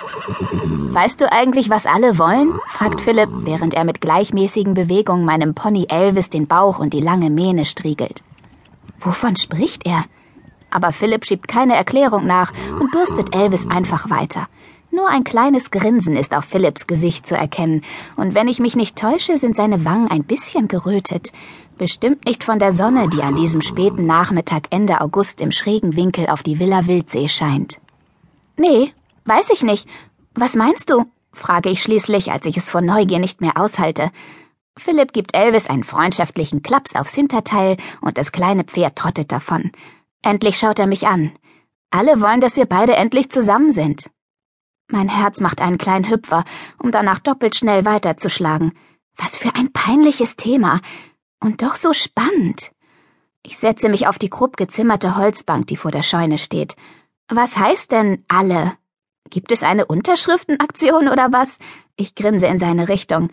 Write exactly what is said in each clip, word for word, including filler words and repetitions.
»Weißt du eigentlich, was alle wollen?« fragt Philipp, während er mit gleichmäßigen Bewegungen meinem Pony Elvis den Bauch und die lange Mähne striegelt. Wovon spricht er? Aber Philipp schiebt keine Erklärung nach und bürstet Elvis einfach weiter. Nur ein kleines Grinsen ist auf Philipps Gesicht zu erkennen, und wenn ich mich nicht täusche, sind seine Wangen ein bisschen gerötet. Bestimmt nicht von der Sonne, die an diesem späten Nachmittag Ende August im schrägen Winkel auf die Villa Wildsee scheint. »Nee, weiß ich nicht. Was meinst du?« frage ich schließlich, als ich es vor Neugier nicht mehr aushalte. Philipp gibt Elvis einen freundschaftlichen Klaps aufs Hinterteil und das kleine Pferd trottet davon. Endlich schaut er mich an. Alle wollen, dass wir beide endlich zusammen sind. Mein Herz macht einen kleinen Hüpfer, um danach doppelt schnell weiterzuschlagen. Was für ein peinliches Thema. Und doch so spannend. Ich setze mich auf die grob gezimmerte Holzbank, die vor der Scheune steht. Was heißt denn alle? Gibt es eine Unterschriftenaktion oder was? Ich grinse in seine Richtung.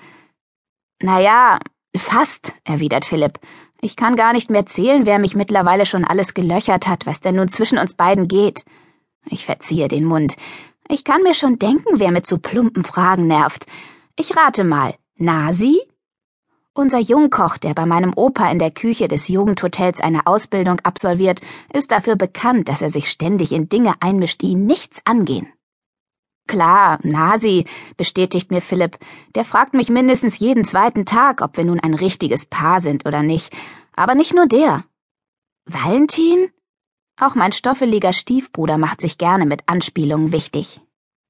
Naja, fast, erwidert Philipp. Ich kann gar nicht mehr zählen, wer mich mittlerweile schon alles gelöchert hat, was denn nun zwischen uns beiden geht. Ich verziehe den Mund. Ich kann mir schon denken, wer mit so plumpen Fragen nervt. Ich rate mal. Nasi? Unser Jungkoch, der bei meinem Opa in der Küche des Jugendhotels eine Ausbildung absolviert, ist dafür bekannt, dass er sich ständig in Dinge einmischt, die ihn nichts angehen. Klar, Nasi, bestätigt mir Philipp. Der fragt mich mindestens jeden zweiten Tag, ob wir nun ein richtiges Paar sind oder nicht. Aber nicht nur der. Valentin? Auch mein stoffeliger Stiefbruder macht sich gerne mit Anspielungen wichtig.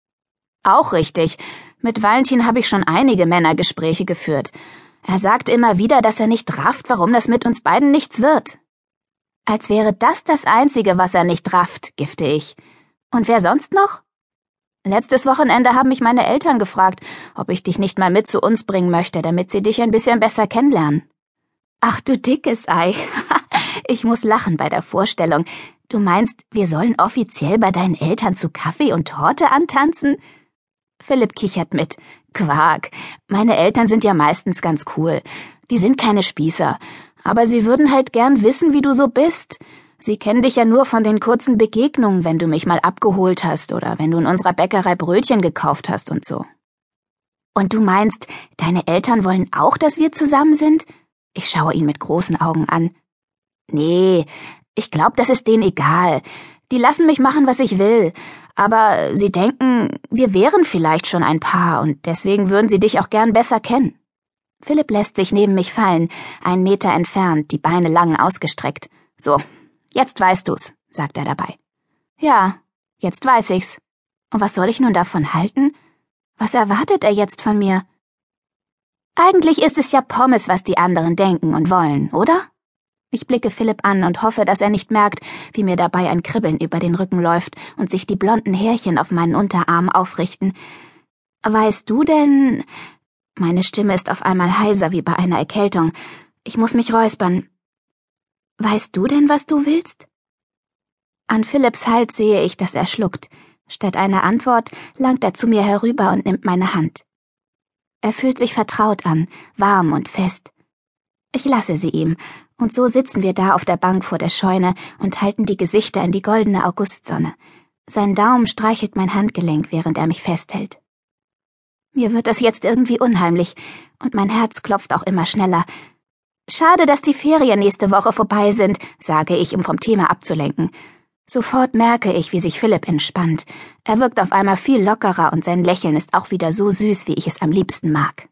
Auch richtig. Mit Valentin habe ich schon einige Männergespräche geführt. Er sagt immer wieder, dass er nicht rafft, warum das mit uns beiden nichts wird. Als wäre das das Einzige, was er nicht rafft, gifte ich. Und wer sonst noch? Letztes Wochenende haben mich meine Eltern gefragt, ob ich dich nicht mal mit zu uns bringen möchte, damit sie dich ein bisschen besser kennenlernen. Ach du dickes Ei. Ich muss lachen bei der Vorstellung. Du meinst, wir sollen offiziell bei deinen Eltern zu Kaffee und Torte antanzen? Philipp kichert mit. Quark. Meine Eltern sind ja meistens ganz cool. Die sind keine Spießer. Aber sie würden halt gern wissen, wie du so bist. Sie kennen dich ja nur von den kurzen Begegnungen, wenn du mich mal abgeholt hast oder wenn du in unserer Bäckerei Brötchen gekauft hast und so. Und du meinst, deine Eltern wollen auch, dass wir zusammen sind? Ich schaue ihn mit großen Augen an. Nee, ich glaube, das ist denen egal. Die lassen mich machen, was ich will. Aber sie denken, wir wären vielleicht schon ein Paar und deswegen würden sie dich auch gern besser kennen. Philipp lässt sich neben mich fallen, einen Meter entfernt, die Beine lang ausgestreckt. So, jetzt weißt du's, sagt er dabei. Ja, jetzt weiß ich's. Und was soll ich nun davon halten? Was erwartet er jetzt von mir? Eigentlich ist es ja Pommes, was die anderen denken und wollen, oder? Ich blicke Philipp an und hoffe, dass er nicht merkt, wie mir dabei ein Kribbeln über den Rücken läuft und sich die blonden Härchen auf meinen Unterarmen aufrichten. Weißt du denn... Meine Stimme ist auf einmal heiser wie bei einer Erkältung. Ich muss mich räuspern. Weißt du denn, was du willst? An Philipps Hals sehe ich, dass er schluckt. Statt einer Antwort langt er zu mir herüber und nimmt meine Hand. Er fühlt sich vertraut an, warm und fest. Ich lasse sie ihm, und so sitzen wir da auf der Bank vor der Scheune und halten die Gesichter in die goldene Augustsonne. Sein Daumen streichelt mein Handgelenk, während er mich festhält. Mir wird es jetzt irgendwie unheimlich, und mein Herz klopft auch immer schneller. Schade, dass die Ferien nächste Woche vorbei sind, sage ich, um vom Thema abzulenken. Sofort merke ich, wie sich Philipp entspannt. Er wirkt auf einmal viel lockerer und sein Lächeln ist auch wieder so süß, wie ich es am liebsten mag.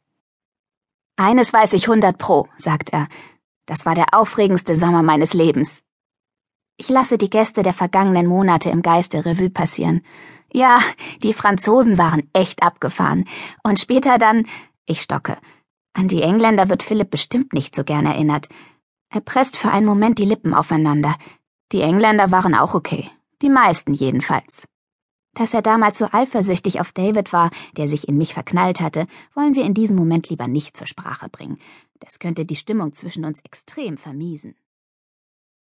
Eines weiß ich hundert pro, sagt er. Das war der aufregendste Sommer meines Lebens. Ich lasse die Gäste der vergangenen Monate im Geiste Revue passieren. Ja, die Franzosen waren echt abgefahren. Und später dann, ich stocke. An die Engländer wird Philipp bestimmt nicht so gern erinnert. Er presst für einen Moment die Lippen aufeinander. Die Engländer waren auch okay. Die meisten jedenfalls. Dass er damals so eifersüchtig auf David war, der sich in mich verknallt hatte, wollen wir in diesem Moment lieber nicht zur Sprache bringen. Das könnte die Stimmung zwischen uns extrem vermiesen.